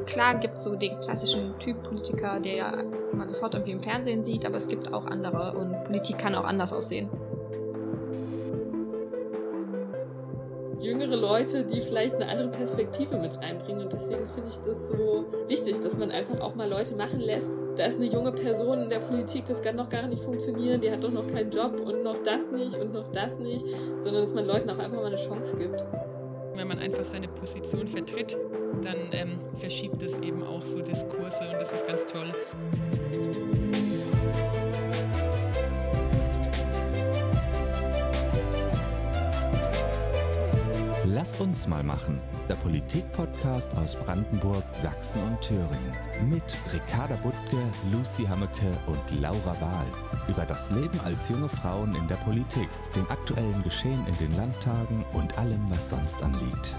klar gibt es so den klassischen Typ Politiker, den man sofort irgendwie im Fernsehen sieht, aber es gibt auch andere und Politik kann auch anders aussehen. Jüngere Leute, die vielleicht eine andere Perspektive mit reinbringen. Und deswegen finde ich das so wichtig, dass man einfach auch mal Leute machen lässt. Da ist eine junge Person in der Politik, das kann doch gar nicht funktionieren, die hat doch noch keinen Job und noch das nicht und noch das nicht, sondern dass man Leuten auch einfach mal eine Chance gibt. Wenn man einfach seine Position vertritt, dann verschiebt es eben auch so Diskurse und das ist ganz toll. Lasst uns mal machen. Der Politik-Podcast aus Brandenburg, Sachsen und Thüringen. Mit Ricarda Buttke, Lucy Hammeke und Laura Wahl. Über das Leben als junge Frauen in der Politik, den aktuellen Geschehen in den Landtagen und allem, was sonst anliegt.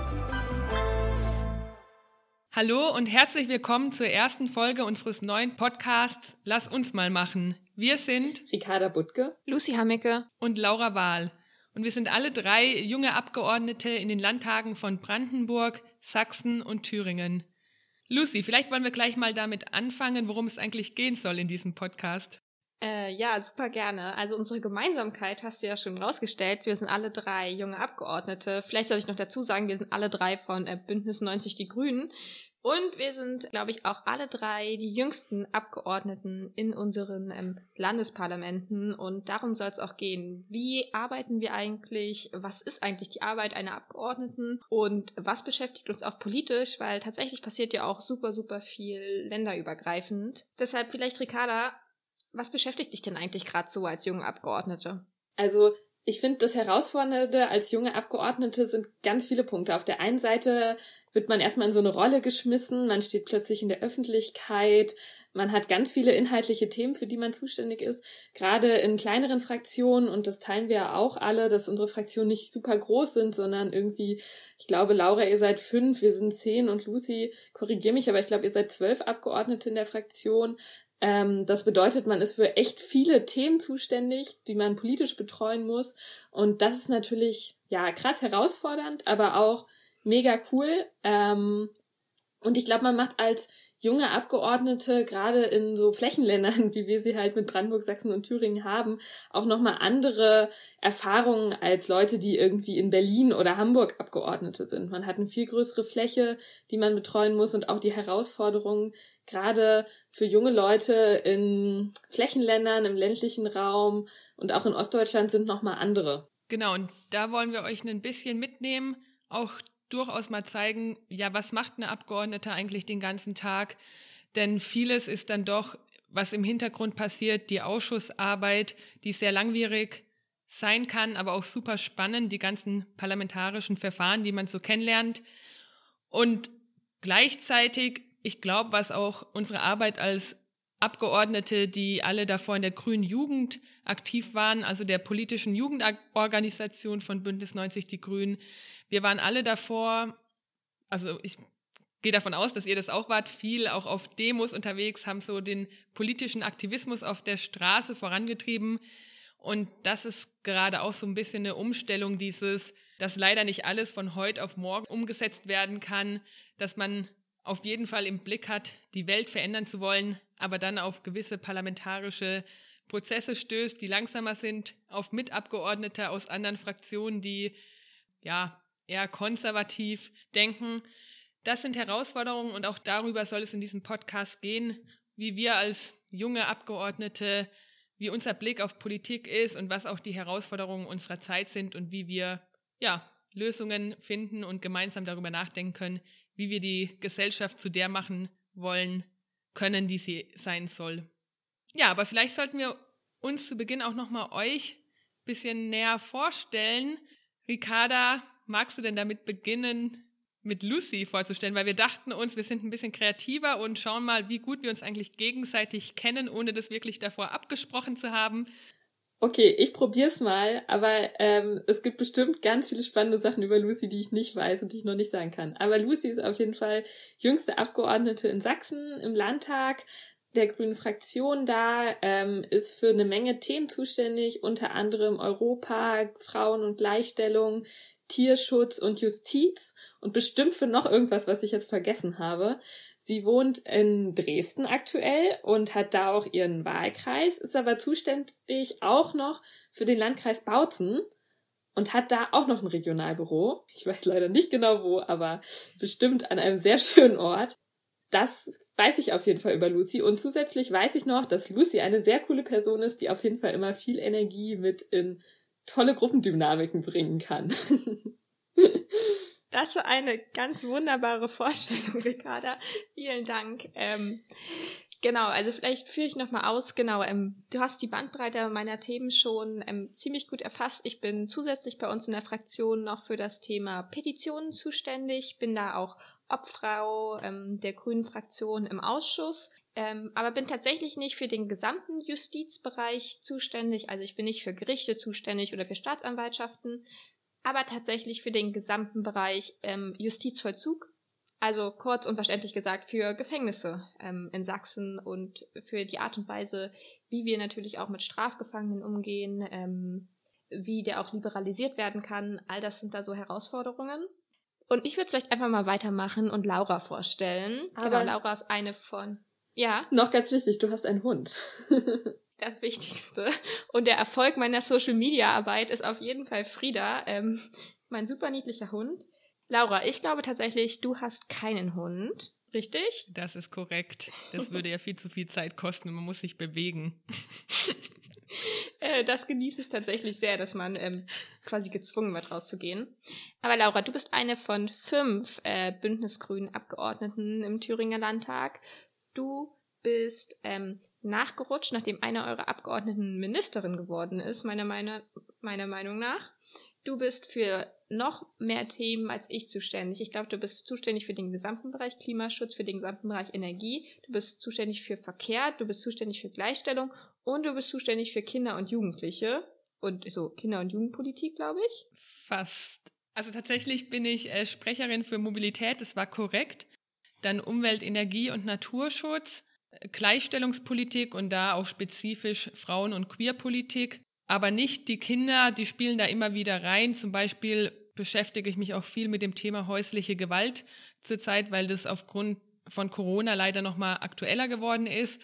Hallo und herzlich willkommen zur ersten Folge unseres neuen Podcasts Lass uns mal machen. Wir sind Ricarda Buttke, Lucy Hammeke und Laura Wahl. Und wir sind alle drei junge Abgeordnete in den Landtagen von Brandenburg, Sachsen und Thüringen. Lucy, vielleicht wollen wir gleich mal damit anfangen, worum es eigentlich gehen soll in diesem Podcast. Ja, super gerne. Also unsere Gemeinsamkeit hast du ja schon rausgestellt. Wir sind alle drei junge Abgeordnete. Vielleicht soll ich noch dazu sagen, wir sind alle drei von Bündnis 90 Die Grünen. Und wir sind, glaube ich, auch alle drei die jüngsten Abgeordneten in unseren Landesparlamenten. Und darum soll es auch gehen. Wie arbeiten wir eigentlich? Was ist eigentlich die Arbeit einer Abgeordneten? Und was beschäftigt uns auch politisch? Weil tatsächlich passiert ja auch super, super viel länderübergreifend. Deshalb vielleicht, Ricarda, was beschäftigt dich denn eigentlich gerade so als junge Abgeordnete? Also ich finde, das Herausfordernde als junge Abgeordnete sind ganz viele Punkte. Auf der einen Seite wird man erstmal in so eine Rolle geschmissen, man steht plötzlich in der Öffentlichkeit, man hat ganz viele inhaltliche Themen, für die man zuständig ist, gerade in kleineren Fraktionen, und das teilen wir ja auch alle, dass unsere Fraktionen nicht super groß sind, sondern irgendwie, ich glaube, Laura, ihr seid 5, wir sind 10 und Lucy, korrigier mich, aber ich glaube, ihr seid 12 Abgeordnete in der Fraktion. Das bedeutet, man ist für echt viele Themen zuständig, die man politisch betreuen muss. Und das ist natürlich, ja, krass herausfordernd, aber auch mega cool. Und ich glaube, man macht als junge Abgeordnete, gerade in so Flächenländern, wie wir sie halt mit Brandenburg, Sachsen und Thüringen haben, auch nochmal andere Erfahrungen als Leute, die irgendwie in Berlin oder Hamburg Abgeordnete sind. Man hat eine viel größere Fläche, die man betreuen muss, und auch die Herausforderungen, gerade für junge Leute in Flächenländern, im ländlichen Raum und auch in Ostdeutschland sind nochmal andere. Genau, und da wollen wir euch ein bisschen mitnehmen, auch durchaus mal zeigen, ja, was macht eine Abgeordnete eigentlich den ganzen Tag? Denn vieles ist dann doch, was im Hintergrund passiert, die Ausschussarbeit, die sehr langwierig sein kann, aber auch super spannend, die ganzen parlamentarischen Verfahren, die man so kennenlernt. Und gleichzeitig, ich glaube, was auch unsere Arbeit als Abgeordnete, die alle davor in der Grünen Jugend aktiv waren, also der politischen Jugendorganisation von Bündnis 90 Die Grünen, wir waren alle davor, also ich gehe davon aus, dass ihr das auch wart, viel auch auf Demos unterwegs, haben so den politischen Aktivismus auf der Straße vorangetrieben. Und das ist gerade auch so ein bisschen eine Umstellung dass leider nicht alles von heute auf morgen umgesetzt werden kann, dass man auf jeden Fall im Blick hat, die Welt verändern zu wollen, aber dann auf gewisse parlamentarische Prozesse stößt, die langsamer sind, auf Mitabgeordnete aus anderen Fraktionen, die ja eher konservativ denken. Das sind Herausforderungen und auch darüber soll es in diesem Podcast gehen, wie wir als junge Abgeordnete, wie unser Blick auf Politik ist und was auch die Herausforderungen unserer Zeit sind und wie wir Lösungen finden und gemeinsam darüber nachdenken können, wie wir die Gesellschaft zu der machen wollen, können, die sie sein soll. Ja, aber vielleicht sollten wir uns zu Beginn auch nochmal euch ein bisschen näher vorstellen. Ricarda, magst du denn damit beginnen, mit Lucy vorzustellen? Weil wir dachten uns, wir sind ein bisschen kreativer und schauen mal, wie gut wir uns eigentlich gegenseitig kennen, ohne das wirklich davor abgesprochen zu haben. Okay, ich probier's mal, aber es gibt bestimmt ganz viele spannende Sachen über Lucy, die ich nicht weiß und die ich noch nicht sagen kann. Aber Lucy ist auf jeden Fall jüngste Abgeordnete in Sachsen im Landtag der Grünen Fraktion da, ist für eine Menge Themen zuständig, unter anderem Europa, Frauen und Gleichstellung, Tierschutz und Justiz und bestimmt für noch irgendwas, was ich jetzt vergessen habe. Sie wohnt in Dresden aktuell und hat da auch ihren Wahlkreis, ist aber zuständig auch noch für den Landkreis Bautzen und hat da auch noch ein Regionalbüro. Ich weiß leider nicht genau wo, aber bestimmt an einem sehr schönen Ort. Das weiß ich auf jeden Fall über Lucy. Und zusätzlich weiß ich noch, dass Lucy eine sehr coole Person ist, die auf jeden Fall immer viel Energie mit in tolle Gruppendynamiken bringen kann. Das war eine ganz wunderbare Vorstellung, Ricarda. Vielen Dank. Genau, also vielleicht führe ich nochmal aus. Genau, du hast die Bandbreite meiner Themen schon ziemlich gut erfasst. Ich bin zusätzlich bei uns in der Fraktion noch für das Thema Petitionen zuständig. Bin da auch Obfrau der Grünen Fraktion im Ausschuss. Aber bin tatsächlich nicht für den gesamten Justizbereich zuständig. Also ich bin nicht für Gerichte zuständig oder für Staatsanwaltschaften, aber tatsächlich für den gesamten Bereich Justizvollzug. Also kurz und verständlich gesagt für Gefängnisse in Sachsen und für die Art und Weise, wie wir natürlich auch mit Strafgefangenen umgehen, wie der auch liberalisiert werden kann. All das sind da so Herausforderungen. Und ich würde vielleicht einfach mal weitermachen und Laura vorstellen. Aber genau, Laura ist eine von... Ja. Noch ganz wichtig, du hast einen Hund. Das Wichtigste. Und der Erfolg meiner Social-Media-Arbeit ist auf jeden Fall Frieda, mein super niedlicher Hund. Laura, ich glaube tatsächlich, du hast keinen Hund, richtig? Das ist korrekt. Das würde ja viel zu viel Zeit kosten und man muss sich bewegen. Das genieße ich tatsächlich sehr, dass man quasi gezwungen wird, rauszugehen. Aber Laura, du bist eine von 5 Bündnisgrünen Abgeordneten im Thüringer Landtag. Du bist nachgerutscht, nachdem eine eurer Abgeordneten Ministerin geworden ist, meiner Meinung nach. Du bist für noch mehr Themen als ich zuständig. Ich glaube, du bist zuständig für den gesamten Bereich Klimaschutz, für den gesamten Bereich Energie. Du bist zuständig für Verkehr, du bist zuständig für Gleichstellung und du bist zuständig für Kinder und Jugendliche. Und so Kinder- und Jugendpolitik, glaube ich. Fast. Also tatsächlich bin ich Sprecherin für Mobilität, das war korrekt. Dann Umwelt, Energie und Naturschutz, Gleichstellungspolitik und da auch spezifisch Frauen- und Queerpolitik. Aber nicht die Kinder, die spielen da immer wieder rein. Zum Beispiel beschäftige ich mich auch viel mit dem Thema häusliche Gewalt zurzeit, weil das aufgrund von Corona leider nochmal aktueller geworden ist.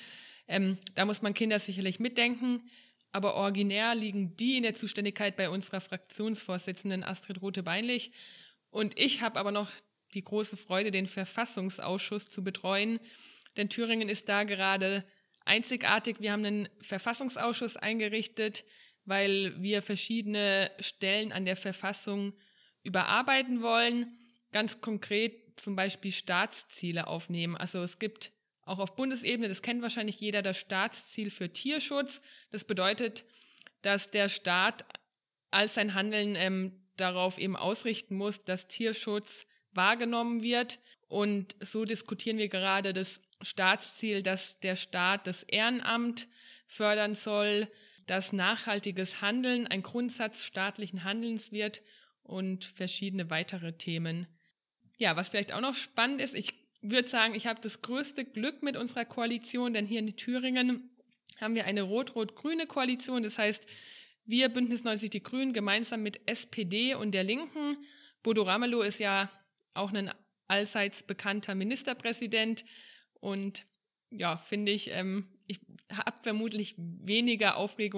Da muss man Kinder sicherlich mitdenken. Aber originär liegen die in der Zuständigkeit bei unserer Fraktionsvorsitzenden Astrid Rothe-Beinlich. Und ich habe aber noch die große Freude, den Verfassungsausschuss zu betreuen. Denn Thüringen ist da gerade einzigartig. Wir haben einen Verfassungsausschuss eingerichtet, weil wir verschiedene Stellen an der Verfassung überarbeiten wollen. Ganz konkret zum Beispiel Staatsziele aufnehmen. Also es gibt auch auf Bundesebene, das kennt wahrscheinlich jeder, das Staatsziel für Tierschutz. Das bedeutet, dass der Staat all sein Handeln darauf eben ausrichten muss, dass Tierschutz wahrgenommen wird. Und so diskutieren wir gerade das Staatsziel, dass der Staat das Ehrenamt fördern soll, dass nachhaltiges Handeln ein Grundsatz staatlichen Handelns wird und verschiedene weitere Themen. Ja, was vielleicht auch noch spannend ist, ich würde sagen, ich habe das größte Glück mit unserer Koalition, denn hier in Thüringen haben wir eine rot-rot-grüne Koalition. Das heißt, wir Bündnis 90 Die Grünen gemeinsam mit SPD und der Linken. Bodo Ramelow ist ja auch ein allseits bekannter Ministerpräsident und ja, finde ich, ich habe vermutlich weniger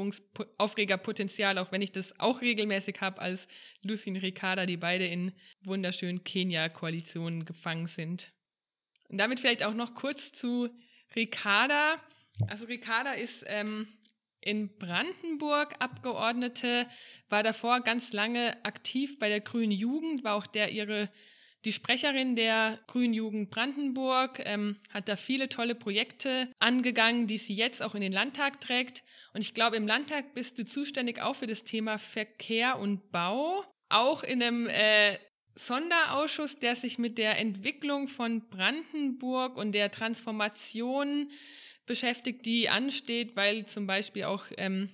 Aufregerpotenzial, auch wenn ich das auch regelmäßig habe, als Lucy und Ricarda, die beide in wunderschönen Kenia-Koalitionen gefangen sind. Und damit vielleicht auch noch kurz zu Ricarda. Also Ricarda ist in Brandenburg Abgeordnete, war davor ganz lange aktiv bei der Grünen Jugend, war auch die Sprecherin der Grünen Jugend Brandenburg, hat da viele tolle Projekte angegangen, die sie jetzt auch in den Landtag trägt. Und ich glaube, im Landtag bist du zuständig auch für das Thema Verkehr und Bau, auch in einem Sonderausschuss, der sich mit der Entwicklung von Brandenburg und der Transformation beschäftigt, die ansteht, weil zum Beispiel auch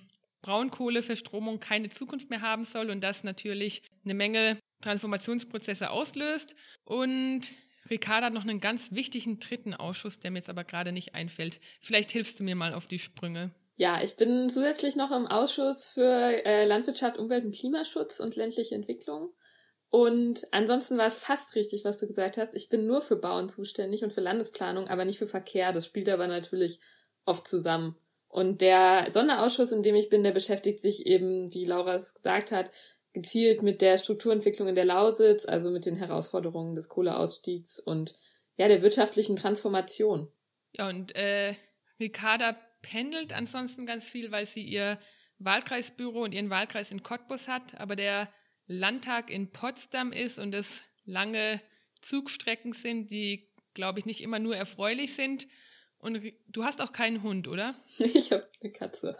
Braunkohleverstromung keine Zukunft mehr haben soll und das natürlich eine Menge Transformationsprozesse auslöst. Und Ricarda hat noch einen ganz wichtigen 3. Ausschuss, der mir jetzt aber gerade nicht einfällt. Vielleicht hilfst du mir mal auf die Sprünge. Ja, ich bin zusätzlich noch im Ausschuss für Landwirtschaft, Umwelt und Klimaschutz und ländliche Entwicklung. Und ansonsten war es fast richtig, was du gesagt hast. Ich bin nur für Bauen zuständig und für Landesplanung, aber nicht für Verkehr. Das spielt aber natürlich oft zusammen. Und der Sonderausschuss, in dem ich bin, der beschäftigt sich eben, wie Laura es gesagt hat, gezielt mit der Strukturentwicklung in der Lausitz, also mit den Herausforderungen des Kohleausstiegs und ja, der wirtschaftlichen Transformation. Ja, und Ricarda pendelt ansonsten ganz viel, weil sie ihr Wahlkreisbüro und ihren Wahlkreis in Cottbus hat, aber der Landtag in Potsdam ist und es lange Zugstrecken sind, die, glaube ich, nicht immer nur erfreulich sind. Und du hast auch keinen Hund, oder? Ich habe eine Katze.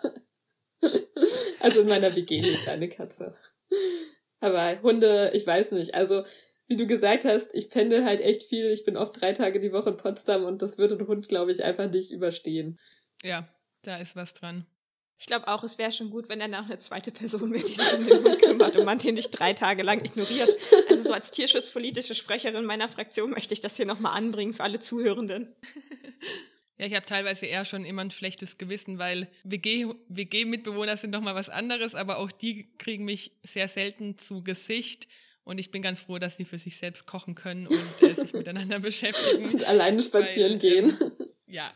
Also in meiner WG lebt eine Katze. Aber Hunde, ich weiß nicht. Also, wie du gesagt hast, ich pendel halt echt viel. Ich bin oft 3 Tage die Woche in Potsdam und das würde ein Hund, glaube ich, einfach nicht überstehen. Ja, da ist was dran. Ich glaube auch, es wäre schon gut, wenn dann noch eine zweite Person wäre, die sich um den Hund kümmert und man den nicht 3 Tage lang ignoriert. Also so als tierschutzpolitische Sprecherin meiner Fraktion möchte ich das hier nochmal anbringen für alle Zuhörenden. Ja, ich habe teilweise eher schon immer ein schlechtes Gewissen, weil WG-Mitbewohner sind nochmal was anderes, aber auch die kriegen mich sehr selten zu Gesicht. Und ich bin ganz froh, dass sie für sich selbst kochen können und sich miteinander beschäftigen. Und alleine spazieren gehen. Ja.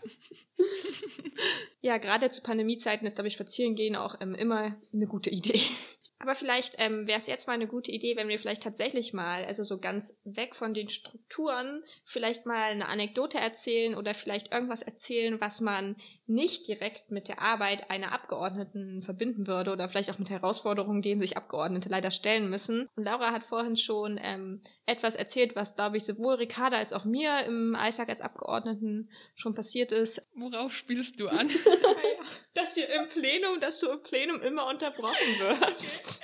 Ja, gerade zu Pandemiezeiten ist, glaube ich, spazieren gehen auch immer eine gute Idee. Aber vielleicht wäre es jetzt mal eine gute Idee, wenn wir vielleicht tatsächlich mal, also so ganz weg von den Strukturen, vielleicht mal eine Anekdote erzählen oder vielleicht irgendwas erzählen, was man nicht direkt mit der Arbeit einer Abgeordneten verbinden würde oder vielleicht auch mit Herausforderungen, denen sich Abgeordnete leider stellen müssen. Und Laura hat vorhin schon etwas erzählt, was, glaube ich, sowohl Ricarda als auch mir im Alltag als Abgeordneten schon passiert ist. Worauf spielst du an? Dass du im Plenum immer unterbrochen wirst.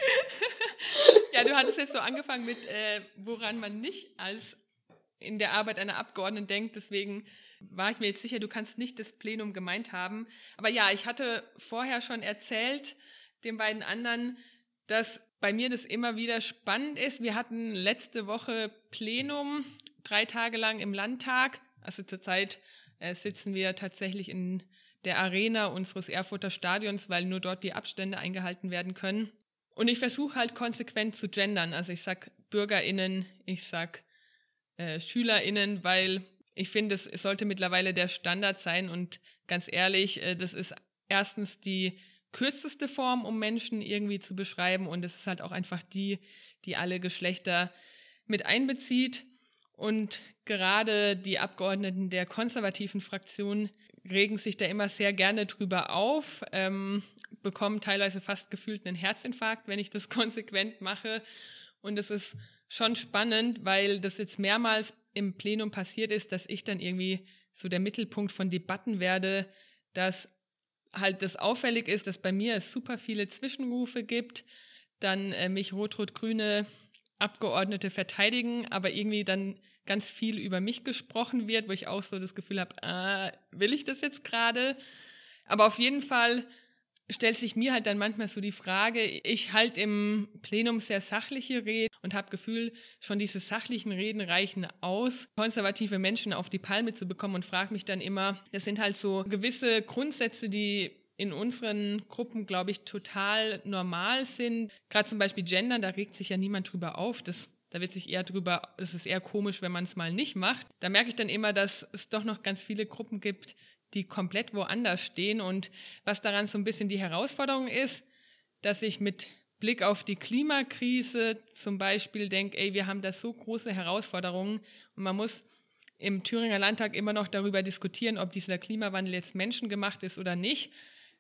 Ja, du hattest jetzt so angefangen mit, woran man nicht als in der Arbeit einer Abgeordneten denkt. Deswegen war ich mir jetzt sicher, du kannst nicht das Plenum gemeint haben. Aber ja, ich hatte vorher schon erzählt den beiden anderen, dass bei mir das immer wieder spannend ist. Wir hatten letzte Woche Plenum, 3 Tage lang im Landtag. Also zurzeit sitzen wir tatsächlich in der Arena unseres Erfurter Stadions, weil nur dort die Abstände eingehalten werden können. Und ich versuche halt konsequent zu gendern. Also ich sag BürgerInnen, ich sag SchülerInnen, weil ich finde, es sollte mittlerweile der Standard sein. Und ganz ehrlich, das ist erstens die kürzeste Form, um Menschen irgendwie zu beschreiben. Und es ist halt auch einfach die alle Geschlechter mit einbezieht. Und gerade die Abgeordneten der konservativen Fraktion regen sich da immer sehr gerne drüber auf, bekommen teilweise fast gefühlt einen Herzinfarkt, wenn ich das konsequent mache. Und es ist schon spannend, weil das jetzt mehrmals im Plenum passiert ist, dass ich dann irgendwie so der Mittelpunkt von Debatten werde, dass halt das auffällig ist, dass bei mir es super viele Zwischenrufe gibt, dann mich rot-rot-grüne Abgeordnete verteidigen, aber irgendwie dann ganz viel über mich gesprochen wird, wo ich auch so das Gefühl habe, will ich das jetzt gerade? Aber auf jeden Fall stellt sich mir halt dann manchmal so die Frage, ich halte im Plenum sehr sachliche Reden und habe Gefühl, schon diese sachlichen Reden reichen aus, konservative Menschen auf die Palme zu bekommen und frage mich dann immer, das sind halt so gewisse Grundsätze, die in unseren Gruppen, glaube ich, total normal sind. Gerade zum Beispiel Gendern, da regt sich ja niemand drüber auf, da wird sich eher drüber, es ist eher komisch, wenn man es mal nicht macht. Da merke ich dann immer, dass es doch noch ganz viele Gruppen gibt, die komplett woanders stehen. Und was daran so ein bisschen die Herausforderung ist, dass ich mit Blick auf die Klimakrise zum Beispiel denke, wir haben da so große Herausforderungen und man muss im Thüringer Landtag immer noch darüber diskutieren, ob dieser Klimawandel jetzt menschengemacht ist oder nicht.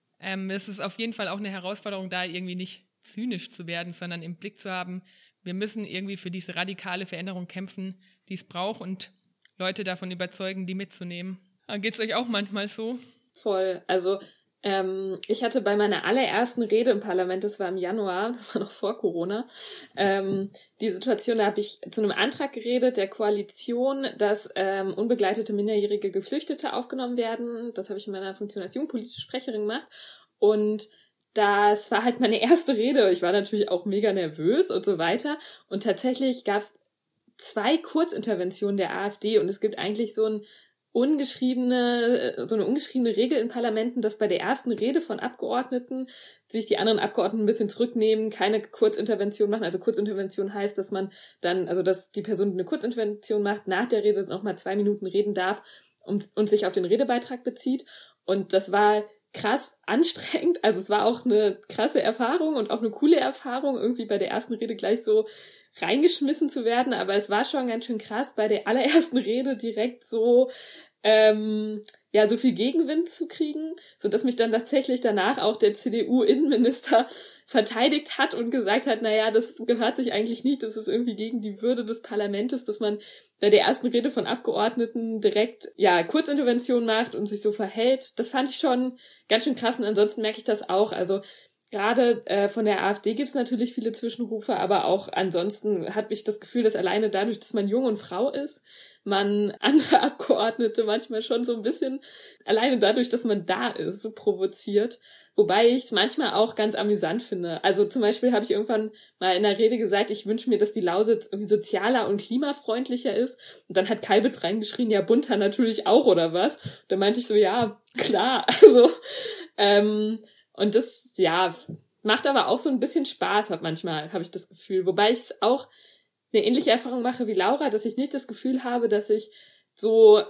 Es ist auf jeden Fall auch eine Herausforderung, da irgendwie nicht zynisch zu werden, sondern im Blick zu haben, wir müssen irgendwie für diese radikale Veränderung kämpfen, die es braucht und Leute davon überzeugen, die mitzunehmen. Geht es euch auch manchmal so? Voll. Also ich hatte bei meiner allerersten Rede im Parlament, das war im Januar, das war noch vor Corona, die Situation, da habe ich zu einem Antrag geredet der Koalition, dass unbegleitete minderjährige Geflüchtete aufgenommen werden. Das habe ich in meiner Funktion als jugendpolitische Sprecherin gemacht. Und das war halt meine erste Rede. Ich war natürlich auch mega nervös und so weiter. Und tatsächlich gab es 2 Kurzinterventionen der AfD und es gibt eigentlich so ein so eine ungeschriebene Regel in Parlamenten, dass bei der ersten Rede von Abgeordneten sich die anderen Abgeordneten ein bisschen zurücknehmen, keine Kurzintervention machen. Also Kurzintervention heißt, dass man dann, also dass die Person eine Kurzintervention macht, nach der Rede noch mal 2 Minuten reden darf und sich auf den Redebeitrag bezieht. Und das war krass anstrengend. Also es war auch eine krasse Erfahrung und auch eine coole Erfahrung, irgendwie bei der ersten Rede gleich so reingeschmissen zu werden. Aber es war schon ganz schön krass, bei der allerersten Rede direkt so so viel Gegenwind zu kriegen, sodass mich dann tatsächlich danach auch der CDU-Innenminister verteidigt hat und gesagt hat, naja, das gehört sich eigentlich nicht, das ist irgendwie gegen die Würde des Parlaments, dass man bei der ersten Rede von Abgeordneten direkt, Kurzintervention macht und sich so verhält. Das fand ich schon ganz schön krass und ansonsten merke ich das auch, also gerade von der AfD gibt's natürlich viele Zwischenrufe, aber auch ansonsten hat mich das Gefühl, dass alleine dadurch, dass man jung und Frau ist, man andere Abgeordnete manchmal schon so ein bisschen, alleine dadurch, dass man da ist, so provoziert. Wobei ich es manchmal auch ganz amüsant finde. Also zum Beispiel habe ich irgendwann mal in der Rede gesagt, ich wünsche mir, dass die Lausitz irgendwie sozialer und klimafreundlicher ist. Und dann hat Kalbitz reingeschrien, ja, bunter natürlich auch, oder was? Da meinte ich so, ja, klar. Also, und das, macht aber auch so ein bisschen Spaß, manchmal, habe ich das Gefühl. Wobei ich auch eine ähnliche Erfahrung mache wie Laura, dass ich nicht das Gefühl habe, dass ich so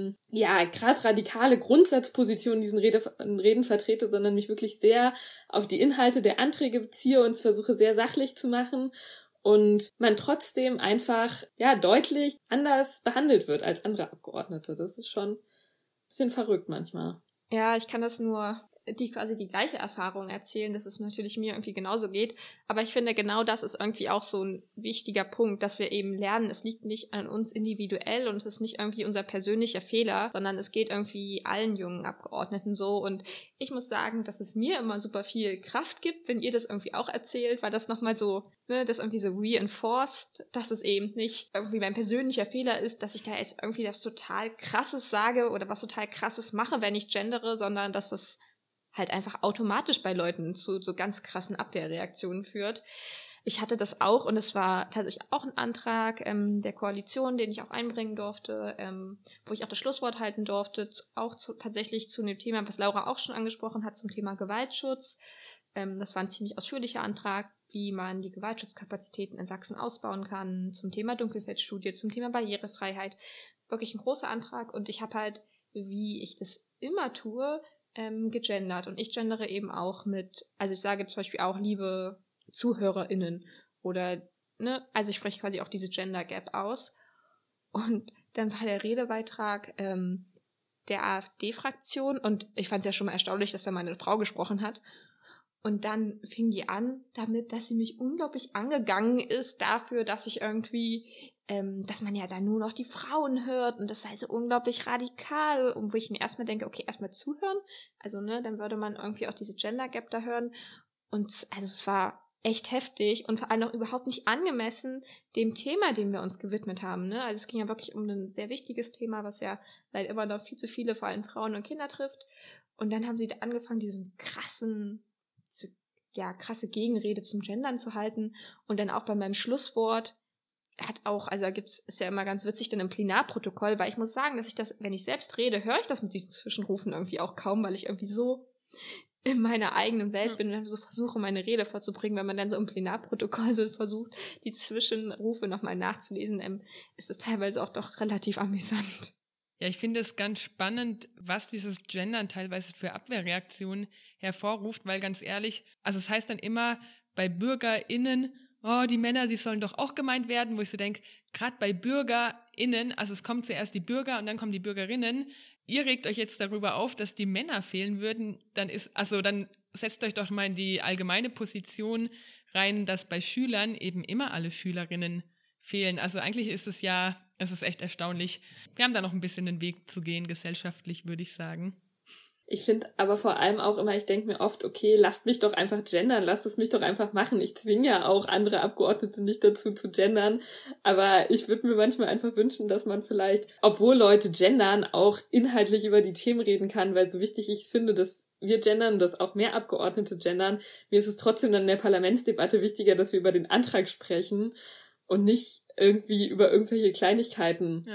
krass radikale Grundsatzpositionen in diesen Reden vertrete, sondern mich wirklich sehr auf die Inhalte der Anträge beziehe und es versuche sehr sachlich zu machen und man trotzdem einfach deutlich anders behandelt wird als andere Abgeordnete. Das ist schon ein bisschen verrückt manchmal. Ja, ich kann das nur quasi die gleiche Erfahrung erzählen, dass es natürlich mir irgendwie genauso geht. Aber ich finde, genau das ist irgendwie auch so ein wichtiger Punkt, dass wir eben lernen, es liegt nicht an uns individuell und es ist nicht irgendwie unser persönlicher Fehler, sondern es geht irgendwie allen jungen Abgeordneten so. Und ich muss sagen, dass es mir immer super viel Kraft gibt, wenn ihr das irgendwie auch erzählt, weil das nochmal so, das irgendwie so reinforced, dass es eben nicht irgendwie mein persönlicher Fehler ist, dass ich da jetzt irgendwie das total Krasses sage oder was total Krasses mache, wenn ich gendere, sondern dass das halt einfach automatisch bei Leuten zu so ganz krassen Abwehrreaktionen führt. Ich hatte das auch und es war tatsächlich auch ein Antrag der Koalition, den ich auch einbringen durfte, wo ich auch das Schlusswort halten durfte, tatsächlich zu dem Thema, was Laura auch schon angesprochen hat, zum Thema Gewaltschutz. Das war ein ziemlich ausführlicher Antrag, wie man die Gewaltschutzkapazitäten in Sachsen ausbauen kann, zum Thema Dunkelfeldstudie, zum Thema Barrierefreiheit. Wirklich ein großer Antrag und ich habe halt, wie ich das immer tue, gegendert. Und ich gendere eben auch also ich sage zum Beispiel auch liebe ZuhörerInnen oder, also ich spreche quasi auch diese Gender Gap aus. Und dann war der Redebeitrag der AfD-Fraktion und ich fand es ja schon mal erstaunlich, dass da meine Frau gesprochen hat. Und dann fing die an damit, dass sie mich unglaublich angegangen ist dafür, dass ich irgendwie, dass man ja da nur noch die Frauen hört und das sei so unglaublich radikal. Und wo ich mir erstmal denke, okay, erstmal zuhören. Also, dann würde man irgendwie auch diese Gender Gap da hören. Und also es war echt heftig und vor allem auch überhaupt nicht angemessen dem Thema, dem wir uns gewidmet haben. Also es ging ja wirklich um ein sehr wichtiges Thema, was ja leider immer noch viel zu viele, vor allem Frauen und Kinder trifft. Und dann haben sie da angefangen, diese krasse Gegenrede zum Gendern zu halten. Und dann auch bei meinem Schlusswort ist ja immer ganz witzig dann im Plenarprotokoll, weil ich muss sagen, dass ich das, wenn ich selbst rede, höre ich das mit diesen Zwischenrufen irgendwie auch kaum, weil ich irgendwie so in meiner eigenen Welt bin und so versuche, meine Rede vorzubringen. Wenn man dann so im Plenarprotokoll so versucht, die Zwischenrufe nochmal nachzulesen, ist es teilweise auch doch relativ amüsant. Ja, ich finde es ganz spannend, was dieses Gendern teilweise für Abwehrreaktionen hervorruft, weil ganz ehrlich, also es heißt dann immer bei BürgerInnen, die Männer, die sollen doch auch gemeint werden, wo ich so denke, gerade bei BürgerInnen, also es kommen zuerst die Bürger und dann kommen die Bürgerinnen, ihr regt euch jetzt darüber auf, dass die Männer fehlen würden, dann setzt euch doch mal in die allgemeine Position rein, dass bei Schülern eben immer alle Schülerinnen fehlen. Also eigentlich ist es echt erstaunlich. Wir haben da noch ein bisschen einen Weg zu gehen, gesellschaftlich, würde ich sagen. Ich finde aber vor allem auch immer, ich denke mir oft, okay, lasst mich doch einfach gendern, lasst es mich doch einfach machen. Ich zwinge ja auch andere Abgeordnete nicht dazu zu gendern, aber ich würde mir manchmal einfach wünschen, dass man vielleicht, obwohl Leute gendern, auch inhaltlich über die Themen reden kann, weil so wichtig ich finde, dass wir gendern, dass auch mehr Abgeordnete gendern. Mir ist es trotzdem dann in der Parlamentsdebatte wichtiger, dass wir über den Antrag sprechen und nicht irgendwie über irgendwelche Kleinigkeiten. Ja.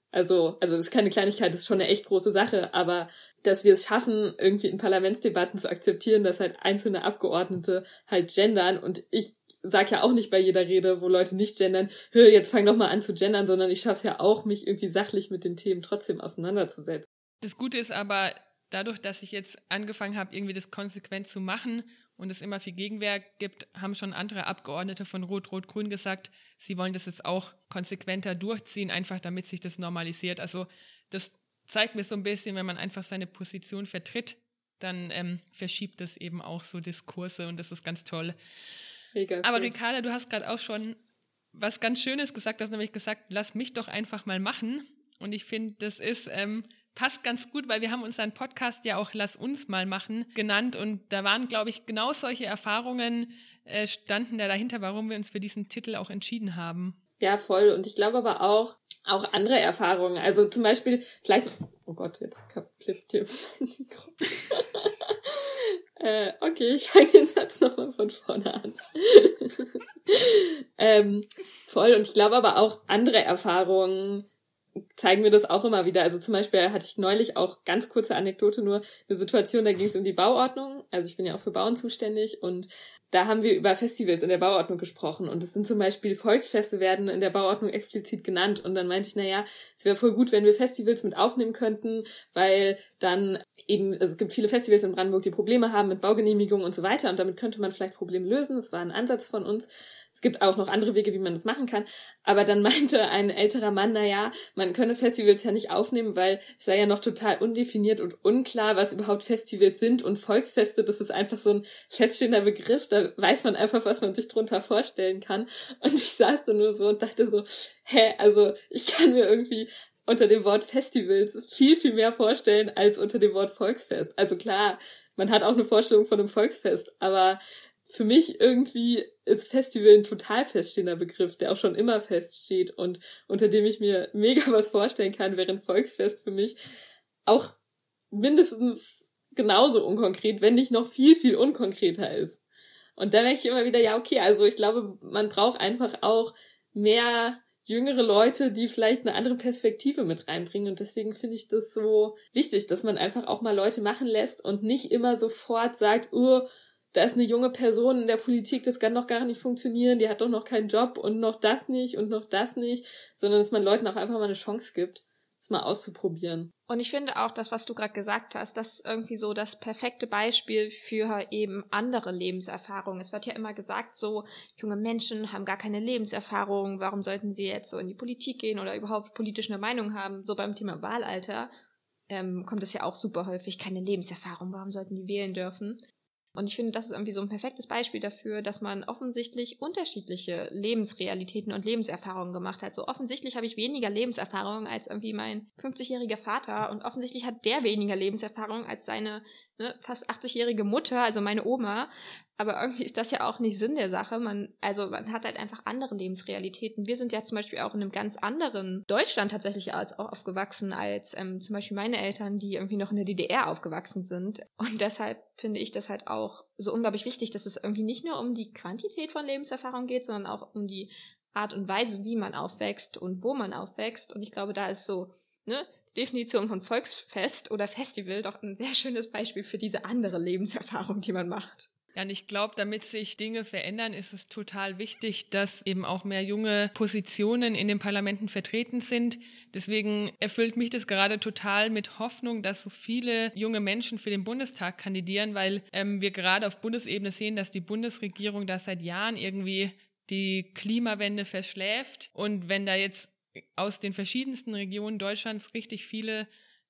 Also das ist keine Kleinigkeit, das ist schon eine echt große Sache, aber dass wir es schaffen, irgendwie in Parlamentsdebatten zu akzeptieren, dass halt einzelne Abgeordnete halt gendern, und ich sag ja auch nicht bei jeder Rede, wo Leute nicht gendern, jetzt fang doch mal an zu gendern, sondern ich schaff's ja auch, mich irgendwie sachlich mit den Themen trotzdem auseinanderzusetzen. Das Gute ist aber, dadurch, dass ich jetzt angefangen habe, irgendwie das konsequent zu machen und es immer viel Gegenwehr gibt, haben schon andere Abgeordnete von Rot-Rot-Grün gesagt, sie wollen das jetzt auch konsequenter durchziehen, einfach damit sich das normalisiert. Also das zeigt mir so ein bisschen, wenn man einfach seine Position vertritt, dann verschiebt das eben auch so Diskurse, und das ist ganz toll. Mega Aber cool. Ricarda, du hast gerade auch schon was ganz Schönes gesagt, du hast nämlich gesagt, lass mich doch einfach mal machen. Und ich finde, das passt ganz gut, weil wir haben unseren Podcast ja auch Lass uns mal machen genannt, und da waren, glaube ich, genau solche Erfahrungen standen da dahinter, warum wir uns für diesen Titel auch entschieden haben. Ja, voll. Und ich glaube aber auch andere Erfahrungen. Also zum Beispiel gleich... Oh Gott, jetzt klippt hier mein Mikro. Okay, ich fange den Satz nochmal von vorne an. Voll. Und ich glaube aber auch andere Erfahrungen zeigen mir das auch immer wieder. Also zum Beispiel hatte ich neulich auch, ganz kurze Anekdote nur, eine Situation, da ging es um die Bauordnung. Also ich bin ja auch für Bauen zuständig, und da haben wir über Festivals in der Bauordnung gesprochen, und es sind zum Beispiel Volksfeste werden in der Bauordnung explizit genannt, und dann meinte ich, es wäre voll gut, wenn wir Festivals mit aufnehmen könnten, weil dann eben, also es gibt viele Festivals in Brandenburg, die Probleme haben mit Baugenehmigungen und so weiter, und damit könnte man vielleicht Probleme lösen. Das war ein Ansatz von uns. Es gibt auch noch andere Wege, wie man das machen kann. Aber dann meinte ein älterer Mann, man könne Festivals ja nicht aufnehmen, weil es sei ja noch total undefiniert und unklar, was überhaupt Festivals sind, und Volksfeste, das ist einfach so ein feststehender Begriff, da weiß man einfach, was man sich drunter vorstellen kann. Und ich saß da nur so und dachte so, also ich kann mir irgendwie unter dem Wort Festivals viel, viel mehr vorstellen als unter dem Wort Volksfest. Also klar, man hat auch eine Vorstellung von einem Volksfest, aber für mich irgendwie ist Festival ein total feststehender Begriff, der auch schon immer feststeht und unter dem ich mir mega was vorstellen kann, während Volksfest für mich auch mindestens genauso unkonkret, wenn nicht noch viel, viel unkonkreter ist. Und da merke ich immer wieder, also ich glaube, man braucht einfach auch mehr jüngere Leute, die vielleicht eine andere Perspektive mit reinbringen, und deswegen finde ich das so wichtig, dass man einfach auch mal Leute machen lässt und nicht immer sofort sagt, da ist eine junge Person in der Politik, das kann doch gar nicht funktionieren, die hat doch noch keinen Job und noch das nicht, sondern dass man Leuten auch einfach mal eine Chance gibt, das mal auszuprobieren. Und ich finde auch, das, was du gerade gesagt hast, das ist irgendwie so das perfekte Beispiel für eben andere Lebenserfahrungen. Es wird ja immer gesagt, so junge Menschen haben gar keine Lebenserfahrung, warum sollten sie jetzt so in die Politik gehen oder überhaupt politisch eine Meinung haben? So beim Thema Wahlalter kommt es ja auch super häufig, keine Lebenserfahrung, warum sollten die wählen dürfen? Und ich finde, das ist irgendwie so ein perfektes Beispiel dafür, dass man offensichtlich unterschiedliche Lebensrealitäten und Lebenserfahrungen gemacht hat. So offensichtlich habe ich weniger Lebenserfahrung als irgendwie mein 50-jähriger Vater, und offensichtlich hat der weniger Lebenserfahrung als seine fast 80-jährige Mutter, also meine Oma. Aber irgendwie ist das ja auch nicht Sinn der Sache. Man hat halt einfach andere Lebensrealitäten. Wir sind ja zum Beispiel auch in einem ganz anderen Deutschland tatsächlich auch aufgewachsen als zum Beispiel meine Eltern, die irgendwie noch in der DDR aufgewachsen sind. Und deshalb finde ich das halt auch so unglaublich wichtig, dass es irgendwie nicht nur um die Quantität von Lebenserfahrung geht, sondern auch um die Art und Weise, wie man aufwächst und wo man aufwächst. Und ich glaube, da ist so, die Definition von Volksfest oder Festival doch ein sehr schönes Beispiel für diese andere Lebenserfahrung, die man macht. Ja, und ich glaube, damit sich Dinge verändern, ist es total wichtig, dass eben auch mehr junge Positionen in den Parlamenten vertreten sind. Deswegen erfüllt mich das gerade total mit Hoffnung, dass so viele junge Menschen für den Bundestag kandidieren, weil wir gerade auf Bundesebene sehen, dass die Bundesregierung da seit Jahren irgendwie die Klimawende verschläft. Und wenn da jetzt aus den verschiedensten Regionen Deutschlands richtig viele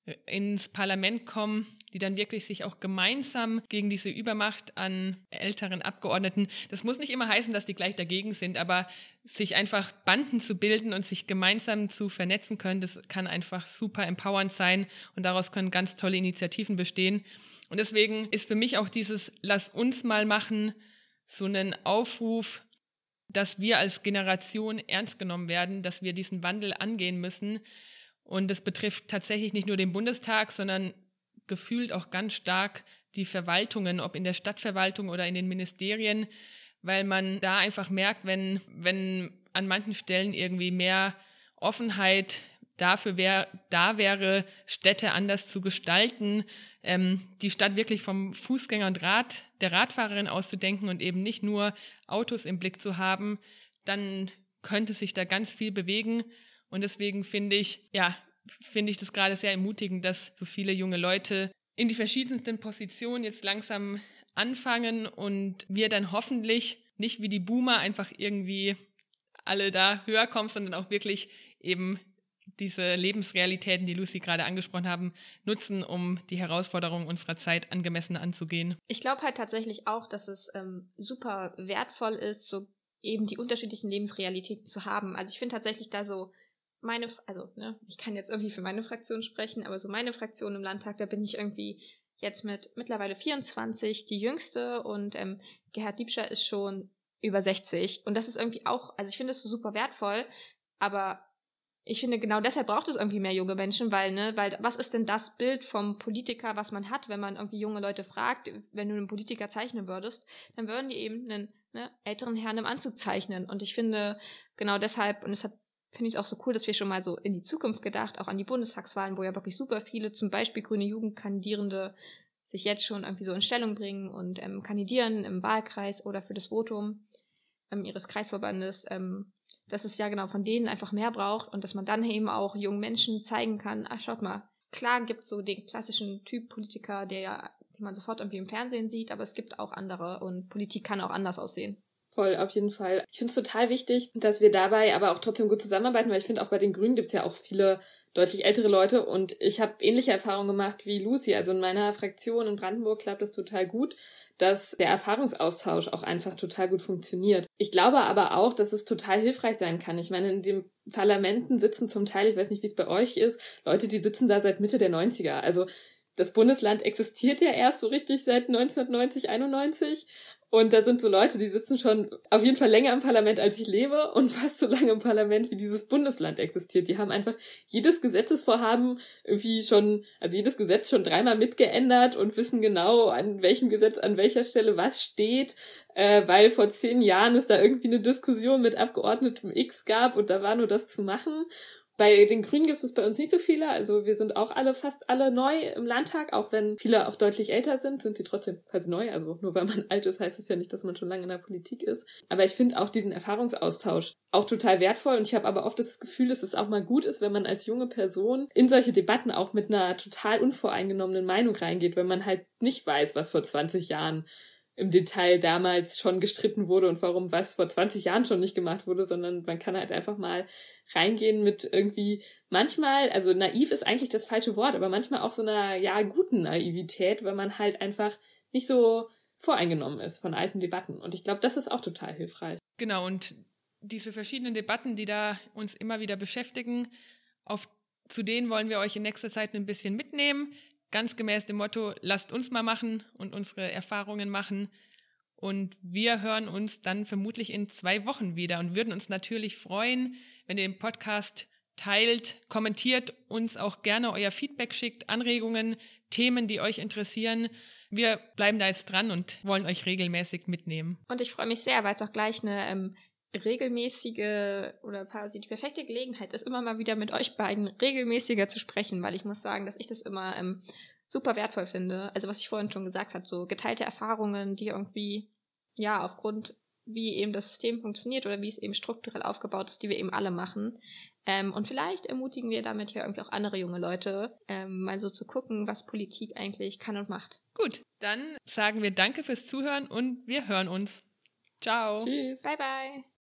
ins Parlament kommen, die dann wirklich sich auch gemeinsam gegen diese Übermacht an älteren Abgeordneten, das muss nicht immer heißen, dass die gleich dagegen sind, aber sich einfach Banden zu bilden und sich gemeinsam zu vernetzen können, das kann einfach super empowernd sein, und daraus können ganz tolle Initiativen bestehen. Und deswegen ist für mich auch dieses Lass uns mal machen so ein Aufruf, dass wir als Generation ernst genommen werden, dass wir diesen Wandel angehen müssen. Und das betrifft tatsächlich nicht nur den Bundestag, sondern gefühlt auch ganz stark die Verwaltungen, ob in der Stadtverwaltung oder in den Ministerien, weil man da einfach merkt, wenn an manchen Stellen irgendwie mehr Offenheit dafür da wäre, Städte anders zu gestalten, die Stadt wirklich vom Fußgänger und der Radfahrerin auszudenken und eben nicht nur Autos im Blick zu haben, dann könnte sich da ganz viel bewegen. Und deswegen finde ich das gerade sehr ermutigend, dass so viele junge Leute in die verschiedensten Positionen jetzt langsam anfangen und wir dann hoffentlich nicht wie die Boomer einfach irgendwie alle da höher kommen, sondern auch wirklich eben diese Lebensrealitäten, die Lucy gerade angesprochen haben, nutzen, um die Herausforderungen unserer Zeit angemessen anzugehen. Ich glaube halt tatsächlich auch, dass es super wertvoll ist, so eben die unterschiedlichen Lebensrealitäten zu haben. Also ich finde tatsächlich da so ich kann jetzt irgendwie für meine Fraktion sprechen, aber so meine Fraktion im Landtag, da bin ich irgendwie jetzt mit mittlerweile 24 die Jüngste und Gerhard Liebscher ist schon über 60 und das ist irgendwie auch, also ich finde es so super wertvoll, aber ich finde, genau deshalb braucht es irgendwie mehr junge Menschen, weil was ist denn das Bild vom Politiker, was man hat, wenn man irgendwie junge Leute fragt, wenn du einen Politiker zeichnen würdest, dann würden die eben einen älteren Herrn im Anzug zeichnen. Und ich finde, genau deshalb finde ich es auch so cool, dass wir schon mal so in die Zukunft gedacht, auch an die Bundestagswahlen, wo ja wirklich super viele, zum Beispiel grüne Jugendkandidierende, sich jetzt schon irgendwie so in Stellung bringen und kandidieren im Wahlkreis oder für das Votum ihres Kreisverbandes, dass es ja genau von denen einfach mehr braucht und dass man dann eben auch jungen Menschen zeigen kann, schaut mal, klar gibt es so den klassischen Typ Politiker, den man sofort irgendwie im Fernsehen sieht, aber es gibt auch andere und Politik kann auch anders aussehen. Voll, auf jeden Fall. Ich finde es total wichtig, dass wir dabei aber auch trotzdem gut zusammenarbeiten, weil ich finde, auch bei den Grünen gibt es ja auch viele deutlich ältere Leute und ich habe ähnliche Erfahrungen gemacht wie Lucy. Also in meiner Fraktion in Brandenburg klappt es total gut, dass der Erfahrungsaustausch auch einfach total gut funktioniert. Ich glaube aber auch, dass es total hilfreich sein kann. Ich meine, in den Parlamenten sitzen zum Teil, ich weiß nicht, wie es bei euch ist, Leute, die sitzen da seit Mitte der 90er. Also das Bundesland existiert ja erst so richtig seit 1990, 91. Und da sind so Leute, die sitzen schon auf jeden Fall länger im Parlament, als ich lebe und fast so lange im Parlament, wie dieses Bundesland existiert. Die haben einfach jedes Gesetzesvorhaben jedes Gesetz schon 3-mal mitgeändert und wissen genau, an welchem Gesetz, an welcher Stelle was steht, weil vor 10 Jahren es da irgendwie eine Diskussion mit Abgeordnetem X gab und da war nur das zu machen. Bei den Grünen gibt es bei uns nicht so viele, also wir sind auch fast alle neu im Landtag, auch wenn viele auch deutlich älter sind sie trotzdem quasi neu, also nur weil man alt ist, heißt es ja nicht, dass man schon lange in der Politik ist. Aber ich finde auch diesen Erfahrungsaustausch auch total wertvoll und ich habe aber oft das Gefühl, dass es auch mal gut ist, wenn man als junge Person in solche Debatten auch mit einer total unvoreingenommenen Meinung reingeht, wenn man halt nicht weiß, was vor 20 Jahren im Detail damals schon gestritten wurde und warum was vor 20 Jahren schon nicht gemacht wurde, sondern man kann halt einfach mal reingehen mit irgendwie manchmal, also naiv ist eigentlich das falsche Wort, aber manchmal auch so einer, guten Naivität, weil man halt einfach nicht so voreingenommen ist von alten Debatten. Und ich glaube, das ist auch total hilfreich. Genau, und diese verschiedenen Debatten, die da uns immer wieder beschäftigen, zu denen wollen wir euch in nächster Zeit ein bisschen mitnehmen. Ganz gemäß dem Motto, lasst uns mal machen und unsere Erfahrungen machen. Und wir hören uns dann vermutlich in 2 Wochen wieder und würden uns natürlich freuen, wenn ihr den Podcast teilt, kommentiert, uns auch gerne euer Feedback schickt, Anregungen, Themen, die euch interessieren. Wir bleiben da jetzt dran und wollen euch regelmäßig mitnehmen. Und ich freue mich sehr, weil es auch gleich eine regelmäßige oder quasi die perfekte Gelegenheit ist, immer mal wieder mit euch beiden regelmäßiger zu sprechen, weil ich muss sagen, dass ich das immer super wertvoll finde. Also was ich vorhin schon gesagt habe, so geteilte Erfahrungen, die irgendwie, aufgrund wie eben das System funktioniert oder wie es eben strukturell aufgebaut ist, die wir eben alle machen. Und vielleicht ermutigen wir damit ja irgendwie auch andere junge Leute, mal so zu gucken, was Politik eigentlich kann und macht. Gut, dann sagen wir danke fürs Zuhören und wir hören uns. Ciao. Tschüss. Bye, bye.